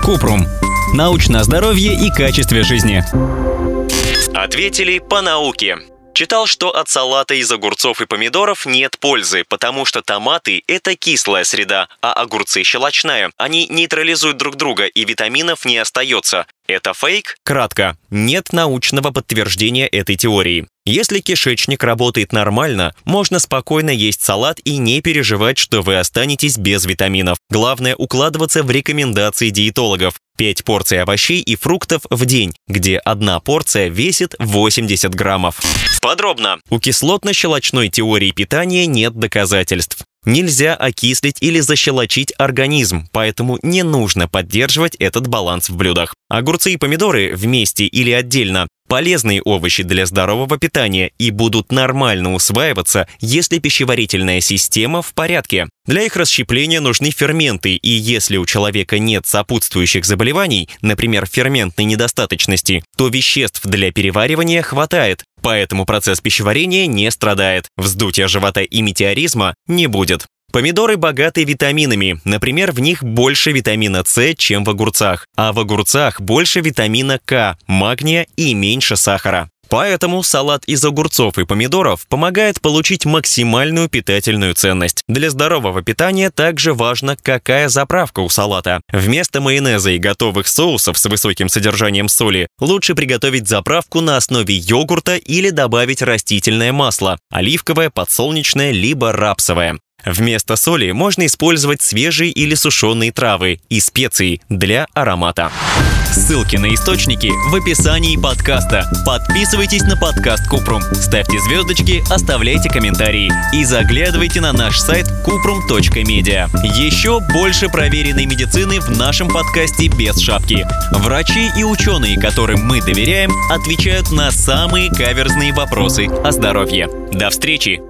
Купрум. Научное здоровье и качестве жизни. Ответили по науке. Читал, что от салата из огурцов и помидоров нет пользы, потому что томаты – это кислая среда, а огурцы – щелочная. Они нейтрализуют друг друга, и витаминов не остается. Это фейк? Кратко. Нет научного подтверждения этой теории. Если кишечник работает нормально, можно спокойно есть салат и не переживать, что вы останетесь без витаминов. Главное – укладываться в рекомендации диетологов. 5 порций овощей и фруктов в день, где одна порция весит 80 граммов. Подробно. У кислотно-щелочной теории питания нет доказательств. Нельзя окислить или защелочить организм, поэтому не нужно поддерживать этот баланс в блюдах. Огурцы и помидоры вместе или отдельно – полезные овощи для здорового питания и будут нормально усваиваться, если пищеварительная система в порядке. Для их расщепления нужны ферменты, и если у человека нет сопутствующих заболеваний, например, ферментной недостаточности, то веществ для переваривания хватает, поэтому процесс пищеварения не страдает. Вздутия живота и метеоризма не будет. Помидоры богаты витаминами, например, в них больше витамина С, чем в огурцах, а в огурцах больше витамина К, магния и меньше сахара. Поэтому салат из огурцов и помидоров помогает получить максимальную питательную ценность. Для здорового питания также важно, какая заправка у салата. Вместо майонеза и готовых соусов с высоким содержанием соли лучше приготовить заправку на основе йогурта или добавить растительное масло – оливковое, подсолнечное либо рапсовое. Вместо соли можно использовать свежие или сушеные травы и специи для аромата. Ссылки на источники в описании подкаста. Подписывайтесь на подкаст Купрум, ставьте звездочки, оставляйте комментарии и заглядывайте на наш сайт kuprum.media. Еще больше проверенной медицины в нашем подкасте без шапки. Врачи и ученые, которым мы доверяем, отвечают на самые каверзные вопросы о здоровье. До встречи!